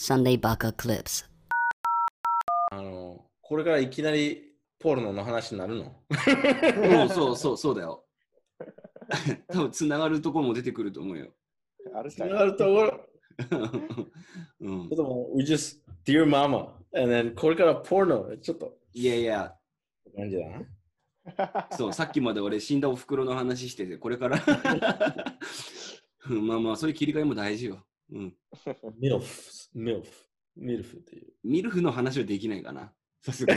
Sunday Baka Clips。 これからいきなりポルノの話になるのうん、そうだよ。多分つながるところも出てくると思うよ。 あるかい。 つながるところ。 うんちょっともう、we just, dear mama. And then これからポルノ、ちょっと。 いやいや、 感じだな。 そう、さっきまで俺死んだお袋の話してて、これからまあまあ、そういう切り替えも大事よ。うん。 ミルフっていう。 ミルフの話はできないかな。さすがに。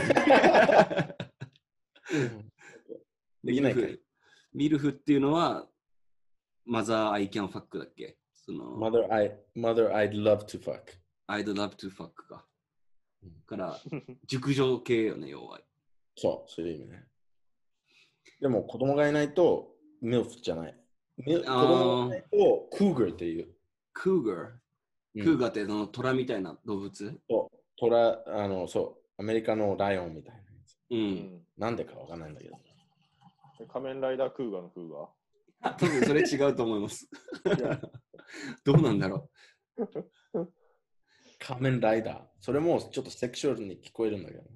できないかい。 ミルフっていうのは、マザー・アイ・キャン・ファックだっけ？その Mother, I'd love to fuck. I'd love to fuck か。から、熟女系よね、要は。 そういう意味ね。でも子供がいないとミルフじゃない。子供がいないとクーガーっていう。 クーガーってその虎みたいな動物？ そう虎、アメリカのライオンみたいなやつ。 うん。 なんでかわかんないんだけど。 仮面ライダークーガーのクーガー。 多分それ違うと思います。どうなんだろう。仮面ライダー。それもちょっとセクシュアルに聞こえるんだけど。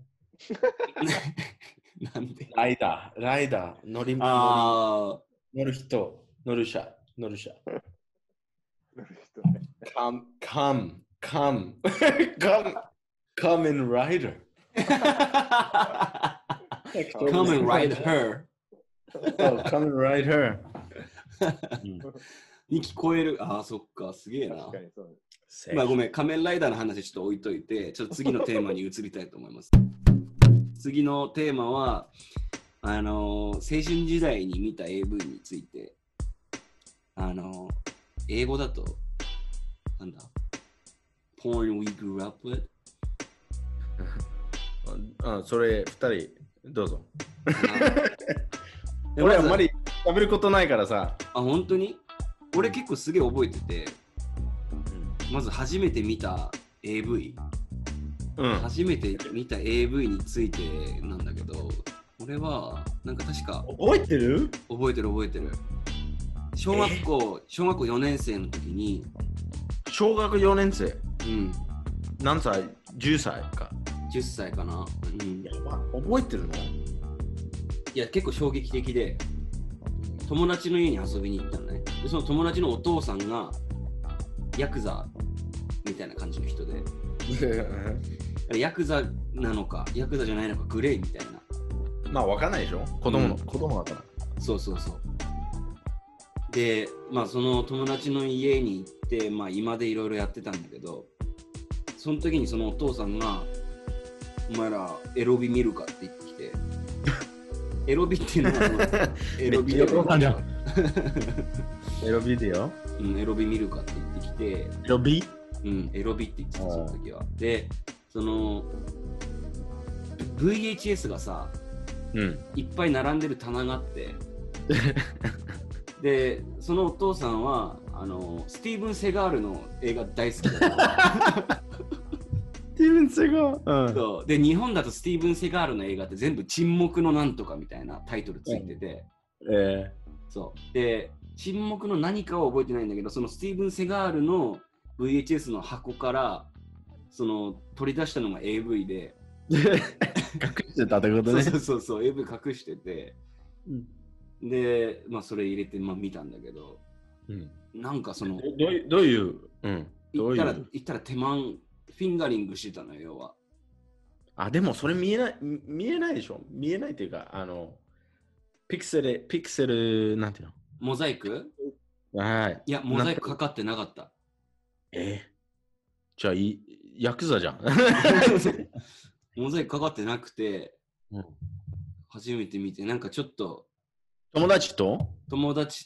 なんでライダー、乗る人、乗る車。Come and rider. Come and ride her. Come and ride her. に聞こえる。ああ、そっか、すげえな。 確かにそう。 まあごめん、仮面ライダーの話ちょっと置いといて、ちょっと次のテーマに移りたいと思います。次のテーマは、青春時代に見た AV について、英語だと、なんだ Porn we grew up with? それ2人、どうぞ。俺あんまり食べることないからさ。 あ、本当に？俺結構すげえ覚えてて、まず初めて見た AV、初めて見た AV についてなんだけど、俺はなんか確か覚えてる？ 覚えてる。小学校4年生の時に、 小学4年生？何歳？10歳か。 10歳かな。 覚えてるの？ いや、結構衝撃的で、友達の家に遊びに行ったのね。でその友達のお父さんがヤクザみたいな感じの人で、ヤクザなのかヤクザじゃないのかグレーみたいな。 まあわかんないでしょ、子供だから。 そう。で、まあその友達の家に行って、まあ今でいろいろやってたんだけど、その時にそのお父さんが、お前らエロビ見るかって言ってきて、エロビっていうのはエロビデオ。 エロビデオ？ エロビ見るかって言ってきて、 エロビ？ エロビって言ってた、その時は。で、その VHS がさ、いっぱい並んでる棚があってで、そのお父さんはスティーブン・セガールの映画大好きだったスティーブン・セガール、 そうで、日本だとスティーブン・セガールの映画って全部沈黙のなんとかみたいなタイトルついてて、そうで、沈黙の何かは覚えてないんだけど、そのスティーブン・セガールの VHS の箱からその取り出したのが AV で隠してたってことね。 そう AV 隠してて、で、まあそれ入れて、まあ、見たんだけど、なんかそのどういう、 言ったら手間フィンガリングしてたのよ、要は。 あ、でもそれ見えないでしょ。見えないっていうか、ピクセルなんていうの？ モザイク？ はい。 いや、モザイクかかってなかった。 じゃあヤクザじゃん。 モザイクかかってなくて、初めて見て、なんかちょっと友達と友達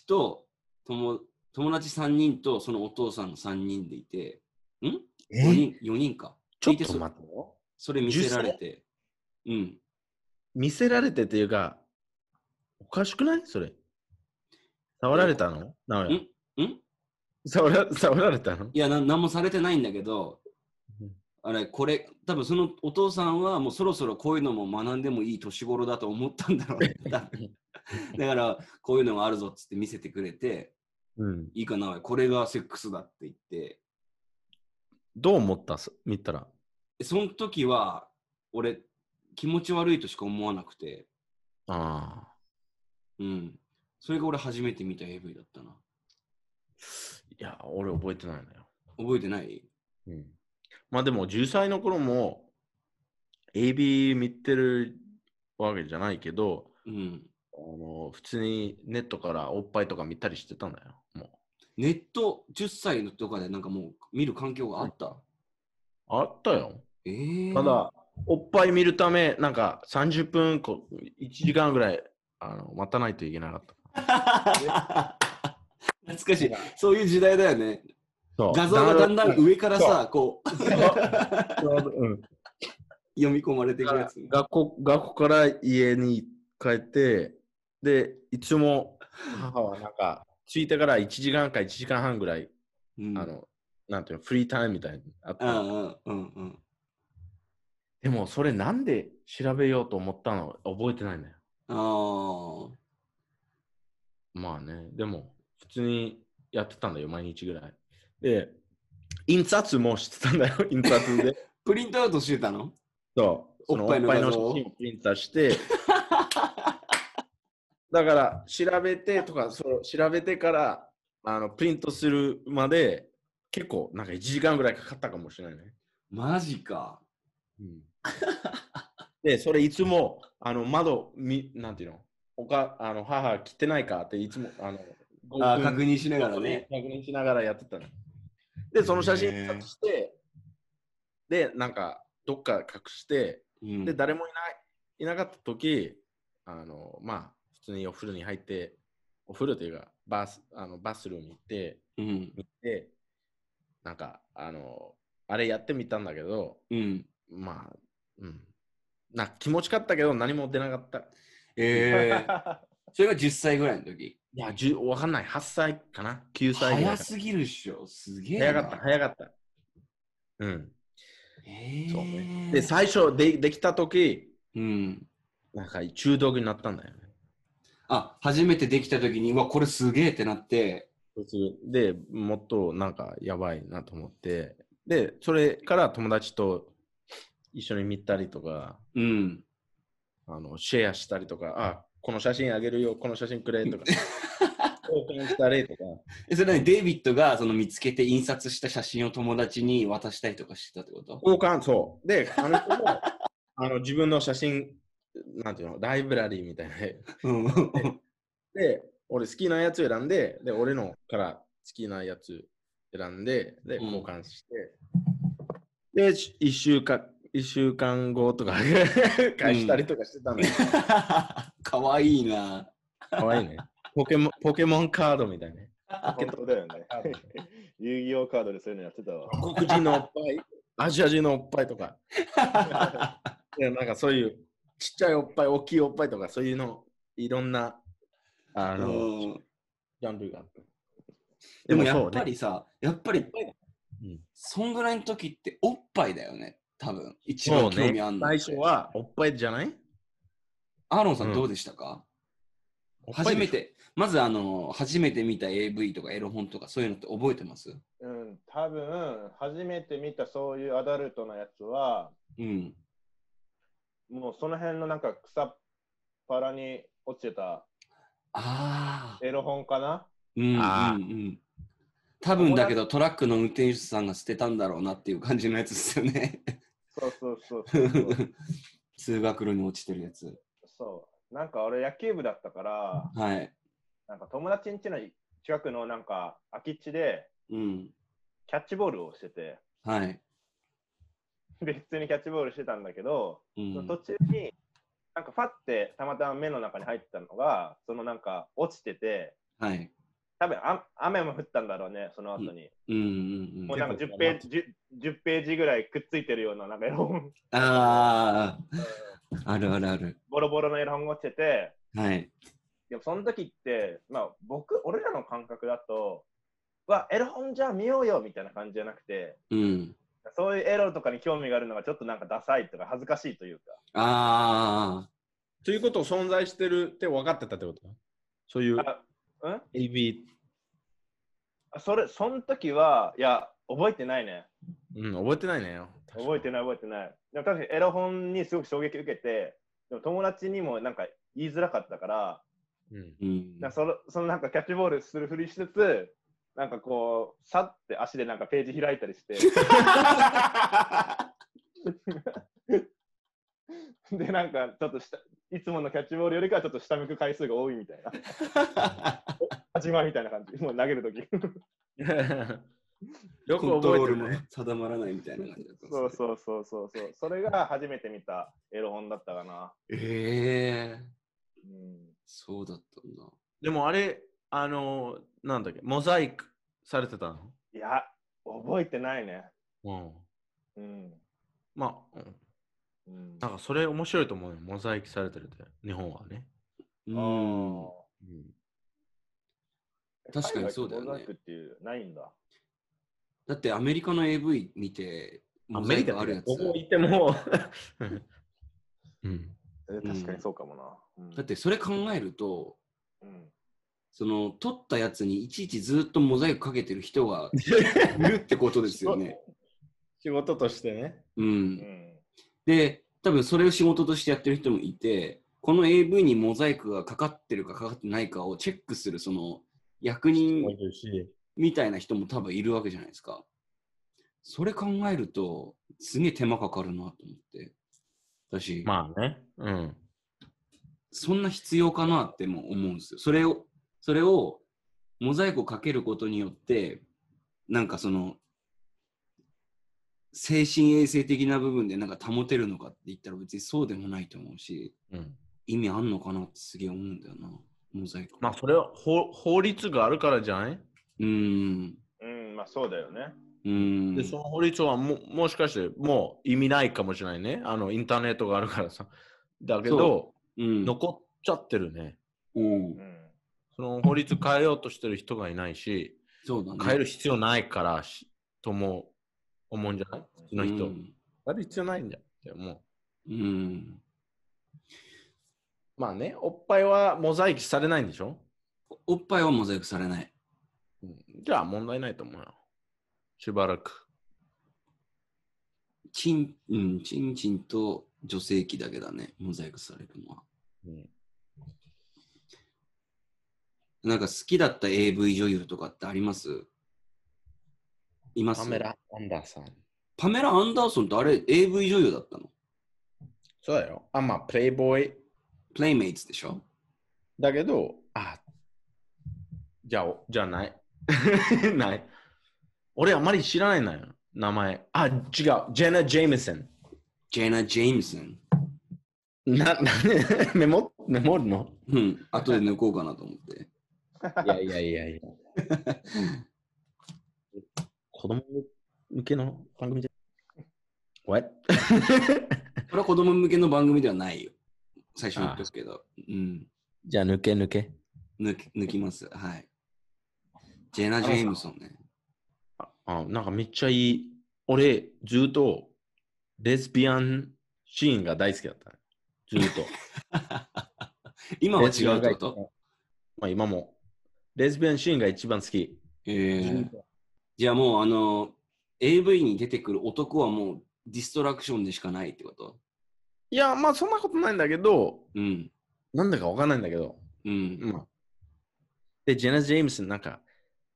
3人とそのお父さんの3人でいて、4人か。 ちょっと待ってよ。 それ見せられて。 見せられてっていうか、おかしくない？それ。触られたの？触られたの？ いや、何もされてないんだけど、これ、多分そのお父さんはもうそろそろこういうのも学んでもいい年頃だと思ったんだろうね。だからこういうのがあるぞっつって見せてくれて、いいかな、これがセックスだって言って、 どう思った見たら。 その時は、俺、気持ち悪いとしか思わなくて。 ああ。 うん。それが俺初めて見た AV だったな。 いや、俺覚えてないのよ。 覚えてない？ うん。まあでも、10歳の頃も AV 見てるわけじゃないけど、 うん。 普通にネットからおっぱいとか見たりしてたんだよ。もうネット10歳のとかでなんかもう見る環境があった？ あったよ。 たただ、おっぱい見るため、なんか30分、1時間ぐらい待たないといけなかった。 懐かしい。そういう時代だよね。画像がだんだん上からさ、こう、読み込まれていくやつ。 学校から家に帰って、で、いつも母はなんか、着いてから1時間か1時間半ぐらい、なんていうの、フリータイムみたいにあった。でも、それなんで調べようと思ったの覚えてないんだよ。まあね、でも、普通にやってたんだよ、毎日ぐらい。で、印刷もしてたんだよ、印刷で。 プリントアウトしてたの？ そう、そのおっぱいの写真をプリントして、だから調べてとか、調べてからプリントするまで結構なんか1時間ぐらいかかったかもしれないね。 マジか。 で、それいつも窓なんていうの母来てないかっていつも確認しながらね。 確認しながらやってたの。で、その写真撮って、で、なんかどっか隠して、で、誰もいなかった時、まあ、普通にお風呂に入って、お風呂というか、バスルームに行って、見て、なんか、あれやってみたんだけど、まあ、気持ちかったけど、何も出なかった。 それが10歳ぐらいの時？ いや、わかんない。8歳かな ?9 歳ぐらい。 早すぎるっしょ。すげえ。 早かった。うん。そうね。で、最初できた時、なんか中毒になったんだよね。 初めてできた時に、これすげえってなって。 で、もっとなんかやばいなと思って、で、それから友達と一緒に見たりとか、シェアしたりとか、この写真あげるよ、この写真くれとか、交換したりとか。 それ何、デイビッドがその見つけて印刷した写真を友達に渡したりとかしてたってこと？ 交換、そう。で、人も自分の写真、なんていうの、ライブラリーみたいな。で、俺好きなやつ選んで、で、俺のから好きなやつ選んで、で、交換して、で、1週間後とか返したりとかしてたのよ。 かわいいな。 かわいいね。ポケモンカードみたいな。 本当だよね。遊戯王カードでそういうのやってたわ。 黒人のおっぱい、アジア人のおっぱいとか。なんかそういうちっちゃいおっぱい、大きいおっぱいとか、そういうの、いろんなジャンルがあった。 でもやっぱりさ、そんぐらいの時っておっぱいだよね、多分。一番興味あるの。 最初はおっぱいじゃない？ アーロンさんどうでしたか？初めて見た AV とかエロ本とかそういうのって覚えてます？ 多分初めて見たそういうアダルトなやつは、もうその辺のなんか草っぱらに落ちてたエロ本かな。 多分だけどトラックの運転手さんが捨てたんだろうなっていう感じのやつですよね。 そう通学路に落ちてるやつ。 そうなんか俺野球部だったから、なんか友達ん家の近くのなんか空き地で、キャッチボールをしてて、で普通にキャッチボールしてたんだけど、途中になんかファってたまたま目の中に入ったのがそのなんか落ちてて、多分雨も降ったんだろうね、その後に。もうなんか10ページぐらいくっついてるようななんかエロ本。 あるあるある。 ボロボロのエロ本が落ちてて、でもその時って、まあ俺らの感覚だと、エロ本じゃあ見ようよみたいな感じじゃなくて、そういうエロとかに興味があるのがちょっとなんかダサいとか恥ずかしいというか。 ということを存在してるって分かってたってこと？そういう AV。 その時は、いや、 覚えてないね。 うん、覚えてないね。 覚えてない。でも確かにエロ本にすごく衝撃受けて、でも友達にもなんか言いづらかったから、なんかそのなんかキャッチボールするふりしつつ、なんかこう、さって足でなんかページ開いたりして。で、なんかちょっといつものキャッチボールよりかはちょっと下向く回数が多いみたいな。始まみたいな感じ。もう投げるとき。 よく覚えてるね。定まらないみたいな感じだった、 そう。それが初めて見たエロ本だったかな。 そうだったんだ。 でもあれ、なんだっけ、モザイクされてたの？ いや、覚えてないね。 まあ、なんかそれ面白いと思うよ。モザイクされてるって、日本はね。 確かにそうだよね。モザイクっていうないんだ。 だってアメリカの AV 見て、モザイクあるやつ。 ここいても確かにそうかもな。 だってそれ考えると、その撮ったやつにいちいちずっとモザイクかけてる人がいるってことですよね。 仕事としてね。 で、多分それを仕事としてやってる人もいて、この AV にモザイクがかかってるかかかってないかをチェックするその役人みたいな人も多分いるわけじゃないですか。それ考えると、すげえ手間かかるなと思って。私、 まあね。 そんな必要かなっても思うんですよ。それをモザイクをかけることによって、なんかその、精神衛生的な部分でなんか保てるのかって言ったら別にそうでもないと思うし、意味あんのかなってすげえ思うんだよな、モザイク。 まあそれは法律があるからじゃない？ まあそうだよね。 で、その法律はもしかしてもう意味ないかもしれないね。インターネットがあるからさ。だけど、残っちゃってるね。その法律変えようとしてる人がいないし、変える必要ないからとも思うんじゃない？普通の人。変える必要ないんだって思う。まあね、おっぱいはモザイクされないんでしょ？ おっぱいはモザイクされない。 じゃあ問題ないと思うよ。しばらく。 チンチンと女性器だけだね、モザイクされるのは。なんか好きだった AV 女優とかってあります？います？ パメラ・アンダーソン。 パメラ・アンダーソンってあれ AV 女優だったの？ そうだよ。まあ、プレイボーイ。 プレイメイツでしょ？ だけど、じゃあない。ない。俺あまり知らないんだよ。名前。違う。ジェナ・ジェイミソン。 ジェナ・ジェイミソン。 メモるの？ 後で抜こうかなと思って。 いや。子供向けの番組で。What? これは子供向けの番組ではないよ。最初に言っとくけど。 じゃあ抜け。 抜きます。はい。ジェナ・ジェイムソンね。 なんかめっちゃいい。俺、ずっとレズビアンシーンが大好きだった。ずっと。 今は違うってこと？ まあ今も。レズビアンシーンが一番好き。 じゃあもうAV に出てくる男はもうディストラクションでしかないってこと？ いや、まあそんなことないんだけど、なんだかわかんないんだけど。で、ジェナ・ジェイムスなんか、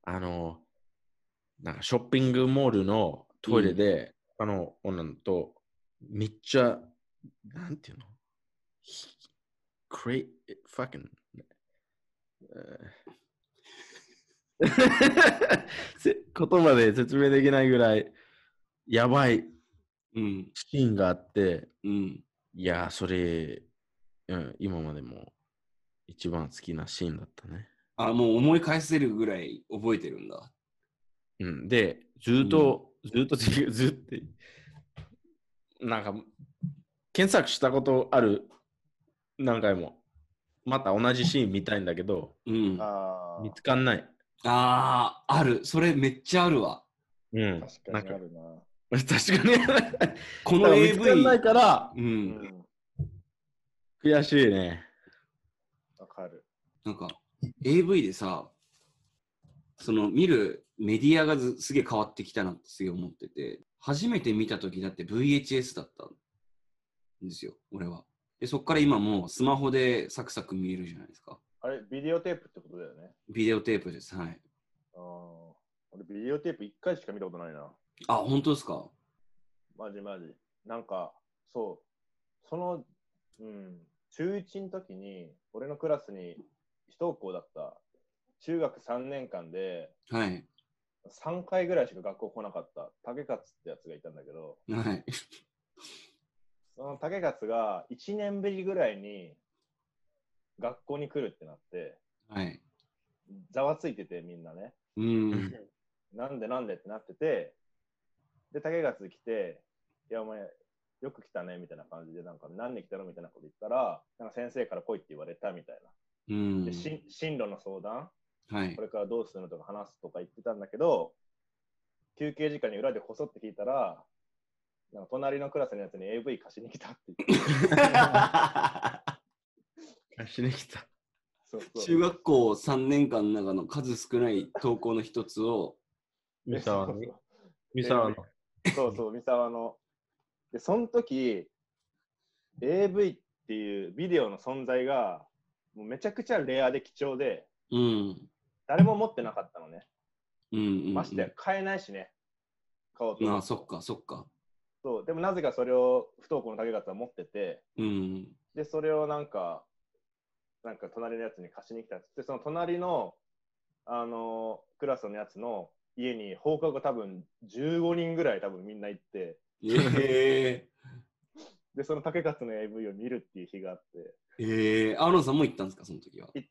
なんかショッピングモールのトイレで、女のと、めっちゃ、なんていうの？fucking 言葉で説明できないぐらいやばいシーンがあって、いや、それ、今までも一番好きなシーンだったね。 もう思い返せるぐらい覚えてるんだ。 で、ずっと、なんか、検索したことある、何回も。また同じシーン見たいんだけど、見つかんない。 ある。それめっちゃあるわ。 確かにあるな。 確かに。 この AV 見つかんないから、悔しいね。 わかる。 なんか AV でさ、その見るメディアがすげえ変わってきたなってすげえ思ってて、初めて見た時だって VHS だったんですよ、俺は。で、そっから今もうスマホでサクサク見えるじゃないですか。 あれ、ビデオテープってことだよね。 ビデオテープです、はい。 俺、ビデオテープ1回しか見たことないな。 あ、本当ですか？ マジ。なんか、そう、中1の時に、俺のクラスに不登校だった中学3年間で、 はい。 3回ぐらいしか学校来なかった竹勝ってやつがいたんだけど、 はい。 その竹勝が1年ぶりぐらいに学校に来るってなって、 はい。 ざわついててみんなね。 うん。 なんでってなってて、で、竹勝来て、いや、お前、よく来たねみたいな感じで、なんか何で来たのみたいなこと言ったら、なんか先生から来いって言われたみたいな。 うん。 で、進路の相談、 はい、 これからどうするのとか話すとか言ってたんだけど、休憩時間に裏でこそって聞いたら、なんか隣のクラスのやつに AV 貸しに来たって言って。 貸しに来た。 そう中学校3年間の中の数少ない投稿の一つを、 三沢の。 そう、三沢の。で、その時、AV っていうビデオの存在が、もうめちゃくちゃレアで貴重で、 うん、 誰も持ってなかったのね。 ましてや買えないしね。買おうと思って。 そっか。 そう、でもなぜかそれを不登校の竹勝は持ってて、で、それをなんか隣のやつに貸しに来たっつって、その隣の、クラスのやつの家に放課後多分15人ぐらい多分みんな行って、で、その竹勝の AV を見るっていう日があって。 アーロンさんも行ったんですか、その時は。 行った。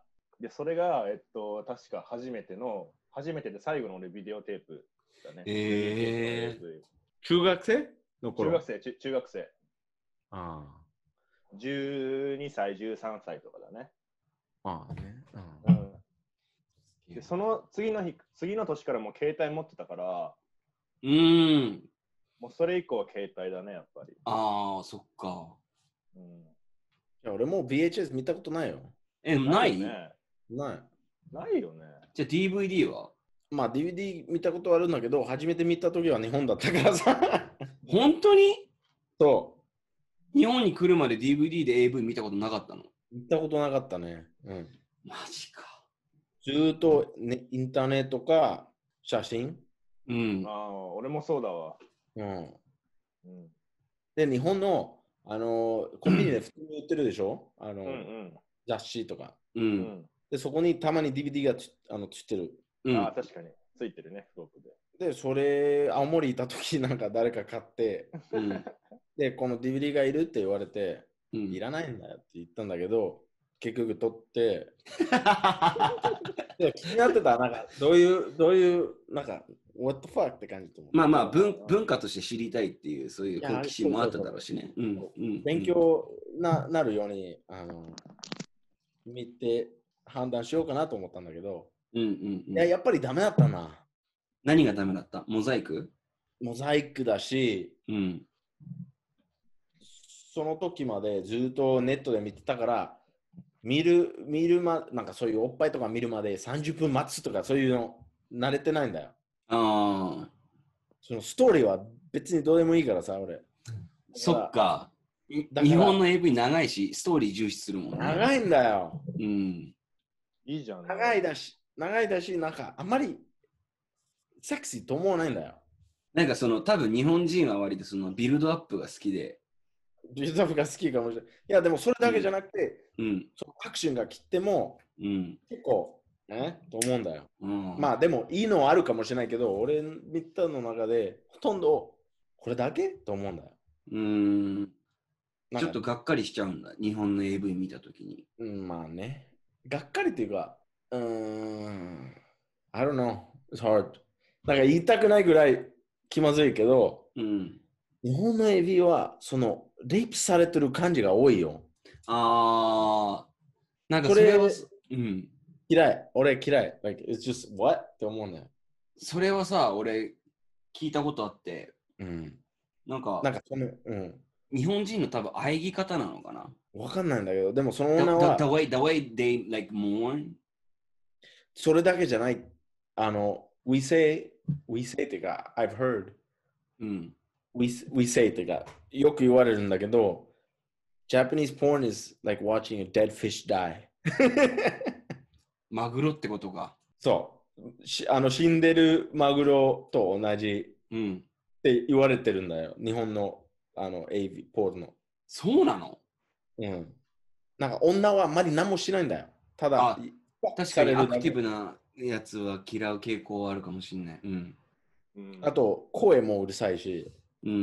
で、それが、確か初めてで最後の俺ビデオテープだね。 中学生の頃？ 中学生。 ああ。 12歳、13歳とかだね。 ああね。 で、その次の年からもう携帯持ってたから、もうそれ以降は携帯だね、やっぱり。 ああ、そっか。 いや、俺もう VHS 見たことないよ。 ないよね。 じゃあ DVD は？ まあ DVD 見たことあるんだけど、初めて見た時は日本だったからさ。 本当に？ そう。 日本に来るまで DVD で AV 見たことなかったの？ 見たことなかったね。 マジか。 ずっと、ね、インターネットか写真。 俺もそうだわ。 で、日本の、コンビニで普通に売ってるでしょ？雑誌とか。で、そこにたまに DVD がついてる。 確かに。ついてるね、フロップで。で、それ、青森いた時なんか誰か買って、で、この DVD がいるって言われて、いらないんだよって言ったんだけど、結局取って、気になってた、なんか、どういう、なんか、what the fuck って感じと思う。 まあ文化として知りたいっていう、そういう好奇心もあっただろうしね。 勉強なるように、見て判断しようかなと思ったんだけど、やっぱりダメだったな。 何がダメだった？モザイクだし、その時までずっとネットで見てたから、なんかそういうおっぱいとか見るまで30分待つとかそういうの慣れてないんだよ。そのストーリーは別にどうでもいいからさ、俺。 そっか。日本の AV 長いし、ストーリー重視するもんね。 長いんだよ。 いいじゃん、ね。 長いだし、なんかあんまりセクシーと思わないんだよ。 なんか多分日本人は割とそのビルドアップが好きで。 ビルドアップが好きかもしれない。いや、でもそれだけじゃなくて、そのアクションが切っても、結構、と思うんだよ。まあでもいいのはあるかもしれないけど、俺見たの中でほとんどこれだけと思うんだよ。 ちょっとがっかりしちゃうんだ、日本の AV 見たときに。 まあね。がっかりっていうか、I don't know. It's hard. なんか言いたくないぐらい気まずいけど、日本の AV はそのレイプされてる感じが多いよ。 なんかそれは、 嫌い。俺嫌い。Like, it's just what? って思うんだよ。 それはさ、俺聞いたことあって、なんかその、日本人の多分喘ぎ方なのかな？ わかんないんだけど、でもその女は the way they like mourn? それだけじゃない。 we say っていうか、I've heard、we say っていうか、よく言われるんだけど、Japanese porn is like watching a dead fish die マグロってことか。 そう死んでるマグロと同じって言われてるんだよ。日本のAV ポールの。 そうなの？ うん。なんか女はあんまり何もしないんだよ。ただ、 確かにアクティブなやつは嫌う傾向はあるかもしれない。 あと、声もうるさいし、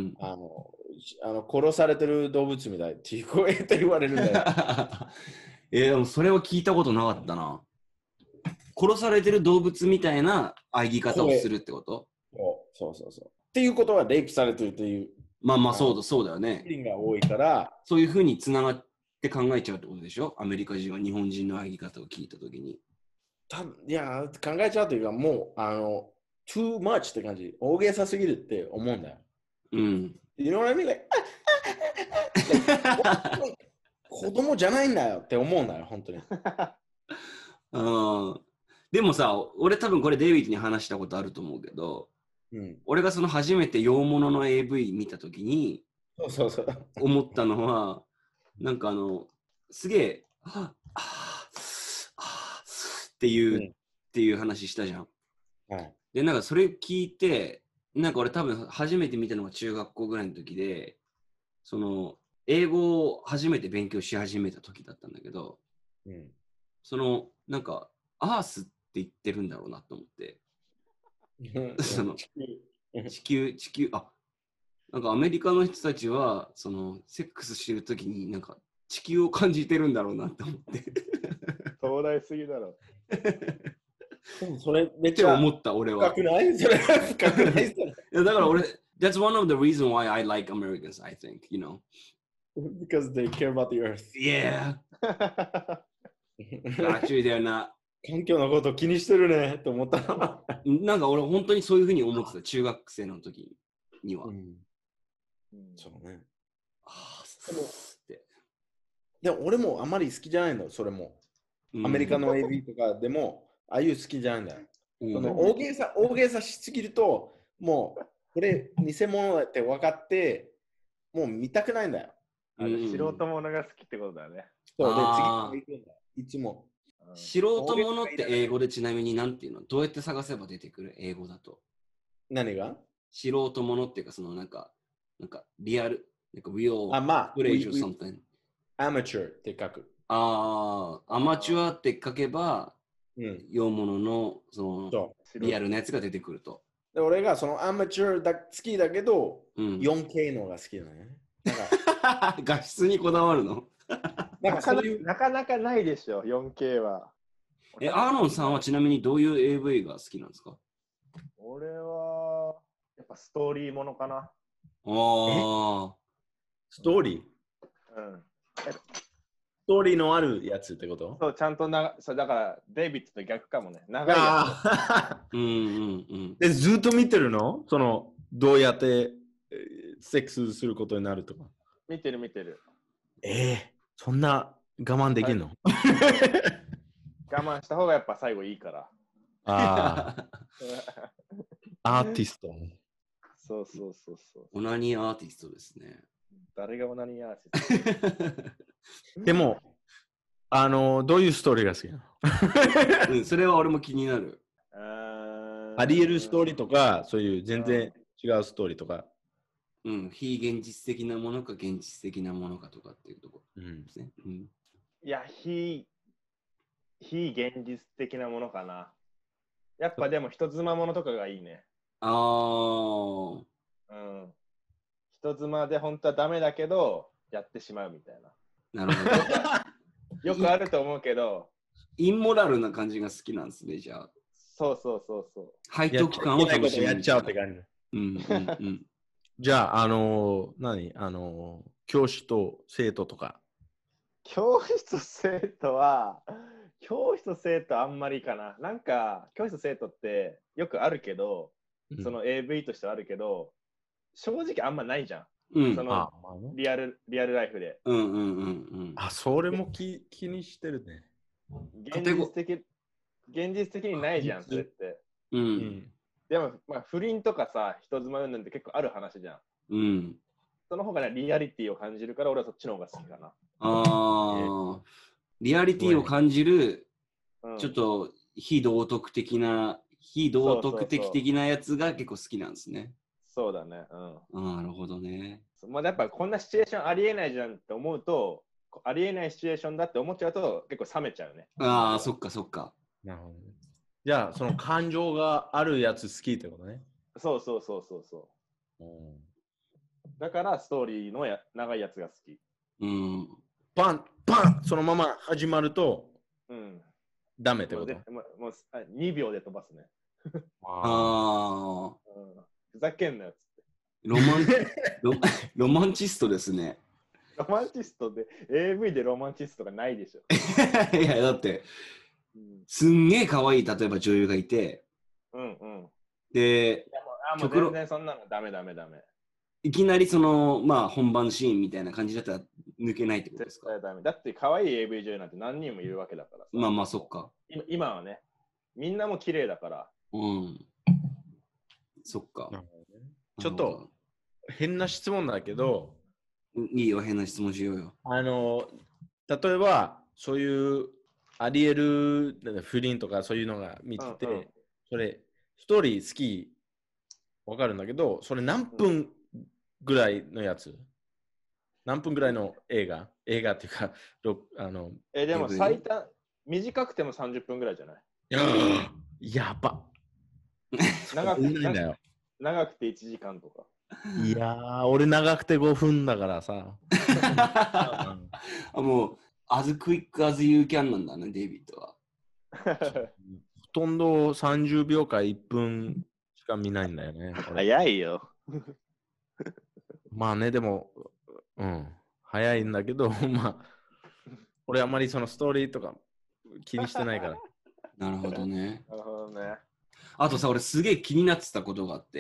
殺されてる動物みたいっていう声って言われるんだよ。 でもそれは聞いたことなかったな。殺されてる動物みたいな喘ぎ方をするってこと？ そう。っていうことはレイプされてるという。 まあそうだよね。 が多いから、そういうふうにつながって考えちゃうってことでしょ？アメリカ人は日本人の喘ぎ方を聞いたときに。 いや、考えちゃうというか、もう、too much って感じ。大げさすぎるって思うんだよ。You know what I mean? Like, 子供じゃないんだよって思うんだよ、本当に。 でもさ、俺多分これデイビッドに話したことあると思うけど、俺がその初めて洋物の AV 見たときに思ったのは、なんかすげえ、っていう話したじゃん。で、なんかそれ聞いて、なんか俺多分初めて見たのが中学校ぐらいの時で、その英語を初めて勉強し始めた時だったんだけど、そのなんかアースって言ってるんだろうなと思って、その地球、なんかアメリカの人たちはそのセックスしてる時になんか地球を感じてるんだろうなって思って。 壮大すぎだろ。 それめっちゃ思った俺は。 深くない？それ深くない？ だから俺、that's one of the reasons why I like Americans, I think, you know. Because they care about the earth. Yeah. Actually, they're not. 環境のこと気にしてるねと思った。 なんか俺本当にそういうふうに思ってた、中学生の時には。 そうね。でも俺もあまり好きじゃないの、それも。アメリカの AV とかでも、ああいう好きじゃないんだよ。その大げさしすぎると、もうこれ偽物だって分かって、もう見たくないんだよ。 素人ものが好きってことだね。 そうで、次行くんだ。いつも。 素人ものって英語でちなみに何ていうの？どうやって探せば出てくる？英語だと。 何が？ 素人ものっていうか、そのなんかリアル、なんか real footage or something。 アマチュアって書く。 アマチュアって書けば、洋物のそのリアルなやつが出てくると。 で俺がそのアマチュア好きだけど、4K のが好きだね。 画質にこだわるの？ なかなかないでしょ、4K は。 アーロンさんはちなみにどういう AV が好きなんですか？ 俺は、やっぱストーリーものかな。 ストーリー？ストーリーのあるやつってこと？ そう、ちゃんとそうだからデイビッドと逆かもね。長いやつ。で、ずっと見てるの？その、どうやってセックスすることになるとか。 見てる。 そんな我慢できるの？ 我慢した方がやっぱ最後いいから。 アーティスト。 そう。 オナニーアーティストですね。 誰がオナニーアーティスト？でも、どういうストーリーが好きなの？それは俺も気になる。 あり得るストーリーとか、そういう全然違うストーリーとか。 非現実的なものか現実的なものかとかっていうところですね。 いや、非現実的なものかな。やっぱでも人妻ものとかがいいね。人妻で本当はダメだけどやってしまうみたいな。なるほど。 よくあると思うけど。 インモラルな感じが好きなんですね、じゃあ。 そう。 背徳感を楽しむ。 やっちゃうって感じ。じゃあ、教師と生徒とか。 教師と生徒あんまりかな。なんか、教師と生徒ってよくあるけど、その AV としてはあるけど、正直あんまないじゃん。そのリアルライフで。 それも気にしてるね。 現実的にないじゃん、それって。 うん。 でも、まあ、不倫とかさ、人妻なんて結構ある話じゃん。 うん。 その方がね、リアリティを感じるから、俺はそっちの方が好きかな。 ああ、リアリティを感じる、ちょっと非道徳的なやつが結構好きなんですね。 そうだね。 なるほどね。 まあ、やっぱこんなシチュエーションありえないじゃんって思うと、ありえないシチュエーションだって思っちゃうと結構冷めちゃうね。 ああ、そっかそっか。 なるほど。じゃあ、その感情があるやつ好きってことね。 そう。だからストーリーの長いやつが好き。 パンそのまま始まると、ダメってこと？ もう2秒で飛ばすね。 ああ。 ふざけんなよっつって。 ロマンチストですね。 ロマンチストで AV でロマンチストがないでしょ。 いやだってすんげえ可愛い例えば女優がいて、で、 もう全然そんなのダメ。 いきなりそのまあ本番シーンみたいな感じだったら抜けないってことですか？ 絶対ダメ。だって可愛い AV 女優なんて何人もいるわけだからさ。 まあそっか。 今はね、みんなも綺麗だから。 そっか。 ちょっと変な質問だけど。 いいよ、変な質問しようよ。 例えば、そういうあり得る不倫とかそういうのが見てて、それ、ストーリー好き、わかるんだけど、それ何分ぐらいのやつ？何分ぐらいの映画っていうか、 でも最短、短くても30分ぐらいじゃない？ やば。 長くて1時間とか。 いやー、俺長くて5分だからさ。 もう、as quick as you can なんだね、デイビッドは。 ほとんど30秒か1分しか見ないんだよね。 早いよ。 まあね、でも、早いんだけど、まあ、俺あんまりそのストーリーとか気にしてないから。 なるほどね。 なるほどね。 あとさ、俺すげえ気になってたことがあって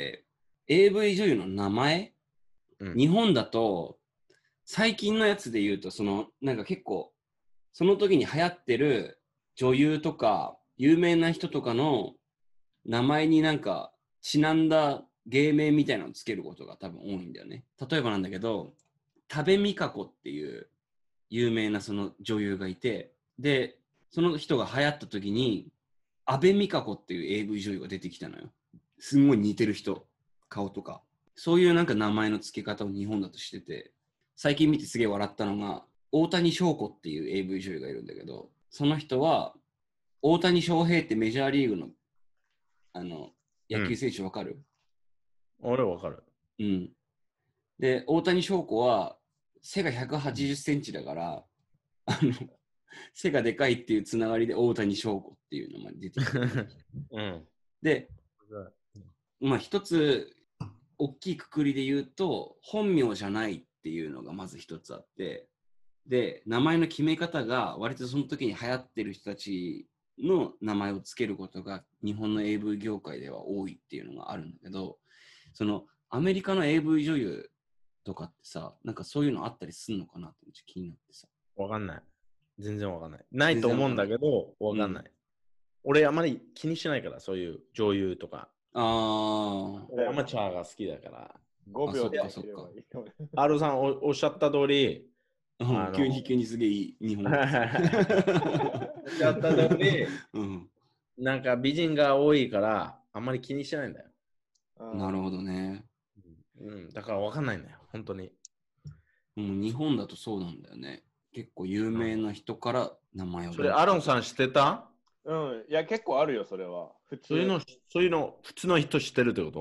、AV 女優の名前、日本だと最近のやつで言うとなんか結構その時に流行ってる女優とか有名な人とかの名前になんかちなんだ芸名みたいなのをつけることが多分多いんだよね。例えばなんだけど、多部未華子っていう有名なその女優がいて、でその人が流行った時に阿部未華子っていう AV 女優が出てきたのよ。すんごい似てる人。顔とか。そういうなんか名前の付け方を日本だとしてて、最近見てすげえ笑ったのが、大谷翔子っていう AV 女優がいるんだけど、その人は、大谷翔平ってメジャーリーグの、野球選手わかる？ 俺わかる。 で、大谷翔子は、背が180センチだから、背がでかいっていうつながりで大谷翔子っていう名前出てきて、で、まあ一つ大きいくくりで言うと本名じゃないっていうのがまず一つあって、で名前の決め方が割とその時に流行ってる人たちの名前をつけることが日本の AV 業界では多いっていうのがあるんだけど、そのアメリカの AV 女優とかってさ、なんかそういうのあったりするのかなって気になってさ。 わかんない。全然わかんない。ないと思うんだけど、わかんない。俺あまり気にしないから、そういう女優とか。アマチュアが好きだから。 5秒でそっか。 Rさんおっしゃった通り、 急にすげえいい日本語。おっしゃった通り、なんか美人が多いから、あんまり気にしないんだよ。 なるほどね。 だからわかんないんだよ、本当に。 日本だとそうなんだよね。結構有名な人から名前を。 それ、アロンさん知ってた？ いや、結構あるよ、それは。 そういうの、普通の人知ってるってこと？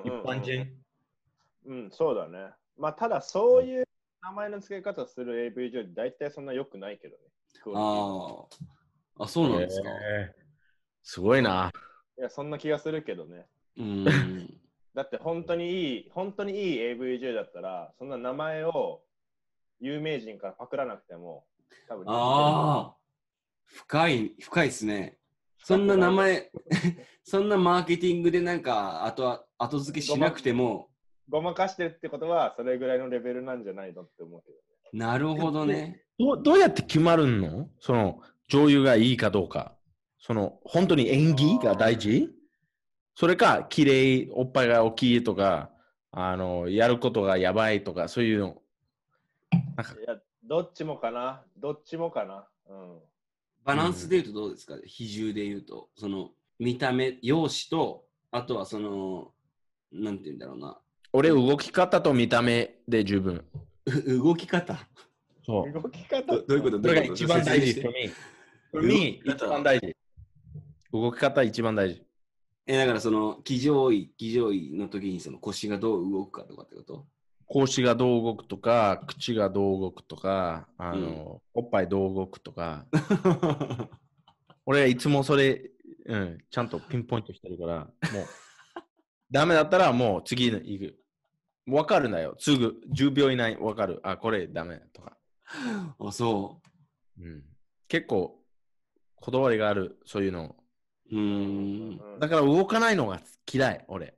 一般人？ そうだね。まあ、ただ、そういう名前の付け方する AV 女優、大体そんな良くないけどね。 そうなんですか。 すごいな。 いや、そんな気がするけどね。だって、本当にいい AV 女優だったら、そんな名前を有名人からパクらなくても、多分深いですね。そんな名前、そんなマーケティングでなんか後付けしなくても。 ごまかしてるってことは、それぐらいのレベルなんじゃないのって思うけどね。 なるほどね。 どうやって決まるの？その女優がいいかどうか。その本当に演技が大事？ それか、綺麗、おっぱいが大きいとか、やることがやばいとか、そういうの。 いや、どっちもかな。どっちもかな。うん。 バランスで言うとどうですか、比重で言うと。その、見た目、容姿と、あとはその、なんて言うんだろうな。 俺、動き方と見た目で十分。 動き方そう。 動き方どういうこと？ それが一番大事。for me、一番大事。動き方一番大事。 だからその、騎乗位の時にその腰がどう動くかとかってこと？ 腰がどう動くとか、口がどう動くとか、おっぱいどう動くとか。俺はいつもそれ、ちゃんとピンポイントしてるから、もう、ダメだったらもう次に行く。わかるんだよ。すぐ10秒以内わかる。あ、これダメとか。 あ、そう。結構、こだわりがある、そういうの。だから動かないのが嫌い、俺。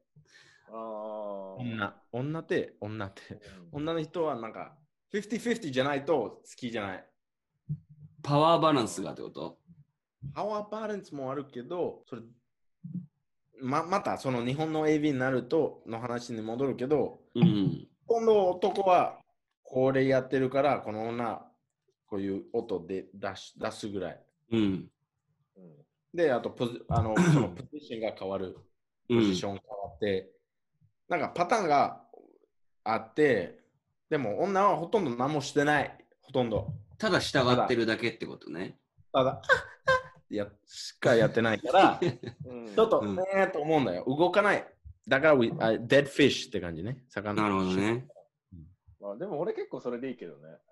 女の人はなんか、50-50じゃないと好きじゃない。 パワーバランスがってこと？ パワーバランスもあるけど、それまたその日本の AV になるとの話に戻るけど、今度男はこれやってるから、この女、こういう音で出すぐらい。で、あとそのポジションが変わる。ポジション変わって、なんかパターンがあって、でも女はほとんど何もしてない。ほとんど。 ただ従ってるだけってことね。 ただ、しかやってないから、ちょっとと思うんだよ。動かない。だから、dead fish って感じね。 なるほどね。 でも俺結構それでいいけどね。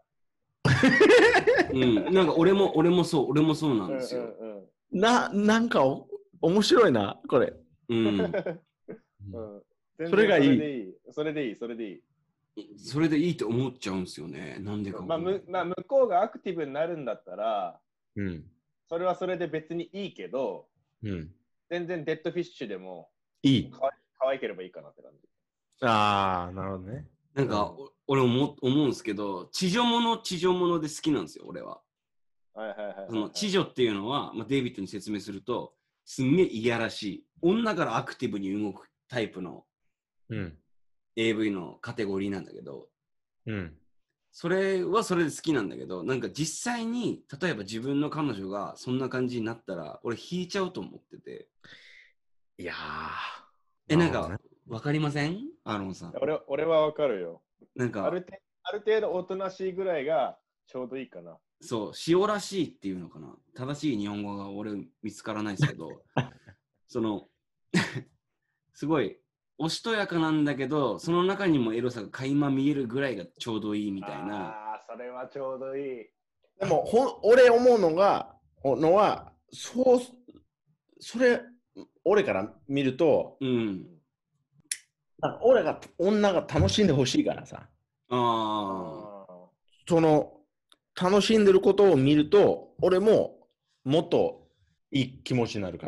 なんか俺もそうなんですよ。 なんか面白いな、これ。それがいい。 それでいい。 それでいいと思っちゃうんですよね。なんでか。 向こうがアクティブになるんだったら、それはそれで別にいいけど、全然デッドフィッシュでもいい。 可愛ければいいかなって感じ。 ああ、なるほどね。 なんか、俺思うんですけど、地女もので好きなんですよ、俺は。その地女っていうのは、デイビッドに説明すると、すんげえいやらしい。女からアクティブに動くタイプの AV のカテゴリーなんだけど、それはそれで好きなんだけど、なんか実際に、例えば自分の彼女がそんな感じになったら、俺引いちゃうと思ってて。 いやー。なんか、わかりません？アロンさん。 俺はわかるよ。 なんかある程度おとなしいぐらいがちょうどいいかな。 そう、塩らしいっていうのかな。正しい日本語が俺見つからないですけど、その、すごい、おしとやかなんだけど、その中にもエロさが垣間見えるぐらいがちょうどいいみたいな。 ああ、それはちょうどいい。 でも、俺思うのは、それ、俺から見ると、女が楽しんでほしいからさ。その、楽しんでることを見ると、俺ももっといい気持ちになるから。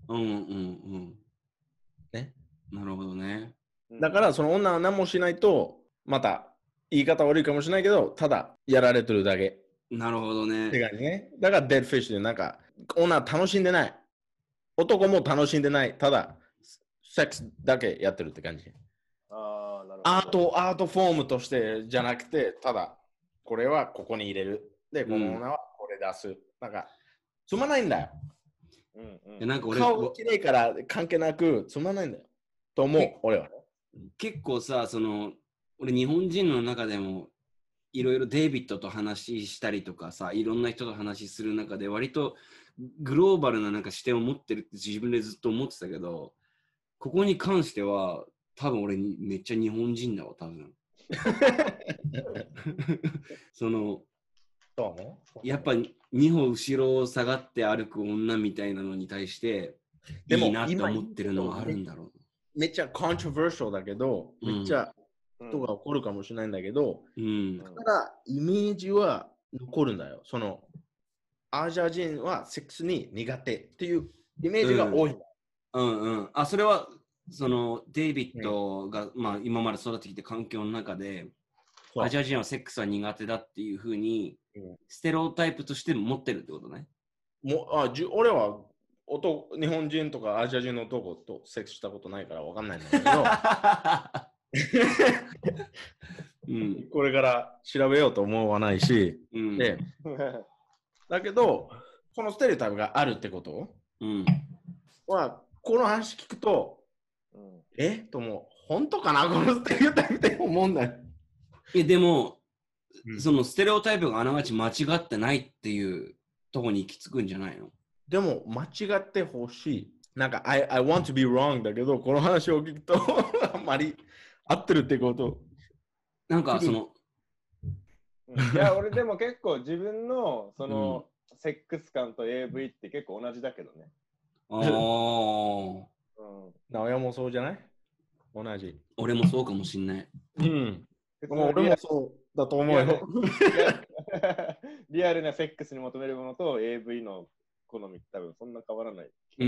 ね。なるほどね。 だから、その女は何もしないと、また言い方悪いかもしれないけど、ただやられてるだけ。 なるほどね。 って感じね。だから、デッドフィッシュで、なんか、女は楽しんでない。男も楽しんでない。ただ、セックスだけやってるって感じ。アートフォームとしてじゃなくて、ただ、これはここに入れる。で、この女はこれ出す。なんか、つまないんだよ。 なんか俺顔きれいから関係なくつまないんだよ。と思う、俺は。 結構さ、俺日本人の中でも、いろいろデイビッドと話したりとかさ、いろんな人と話する中で、割とグローバルななんか視点を持ってるって自分でずっと思ってたけど、ここに関しては、多分俺めっちゃ日本人だわ、多分。やっぱ2歩後ろを下がって歩く女みたいなのに対して、いいなって思ってるのがあるんだろう。 めっちゃコントロバーシャルだけど、めっちゃ人が起こるかもしれないんだけど、ただイメージは残るんだよ。そのアジア人はセックスに苦手っていうイメージが多い。 あ、それはそのデイビッドが、今まで育ってきた環境の中で、アジア人はセックスは苦手だっていうふうに、ステレオタイプとして持ってるってことね。 日本人とかアジア人の男とセックスしたことないからわかんないんだけど、うん、これから調べようと思わないし、うん、でだけど、このステレオタイプがあるってことは、この話聞くと、ともう本当かなこのステレオタイプって思うんだよ。 でも、そのステレオタイプがあながち間違ってないっていうところに行き着くんじゃないの？ でも間違ってほしい。なんか I want to be wrong だけど、この話を聞くとあんまり合ってるってこと。 なんかそのいや俺でも結構自分のその、セックス感と AV って結構同じだけどね。 ああ。 直哉もそうじゃない？同じ。 俺もそうかもしんない。 うん。俺もそうだと思うよ。 リアルなセックスに求めるものと AV の好み多分そんな変わらない。 うん。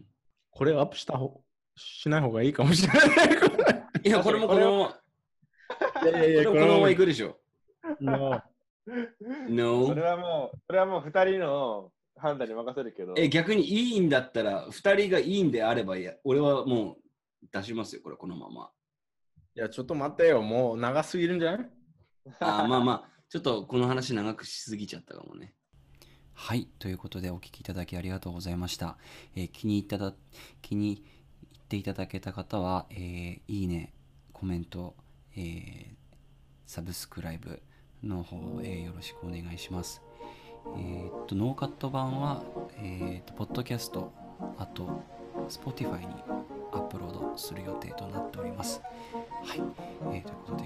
これアップしない方がいいかもしれない。 いや、これもこのまま。このままいくでしょ。 No。 それはもう2人の判断に任せるけど。 逆にいいんだったら、2人がいいんであれば、俺はもう出しますよ、このまま。 いや、ちょっと待ってよ、もう長すぎるんじゃない？ まあ、ちょっとこの話長くしすぎちゃったかもね。はい、ということでお聞きいただきありがとうございました。気に入っていただけた方は、いいね、コメント、サブスクライブの方、よろしくお願いします。ノーカット版は、ポッドキャスト、あと、Spotify にアップロードする予定となっております。はい、ということで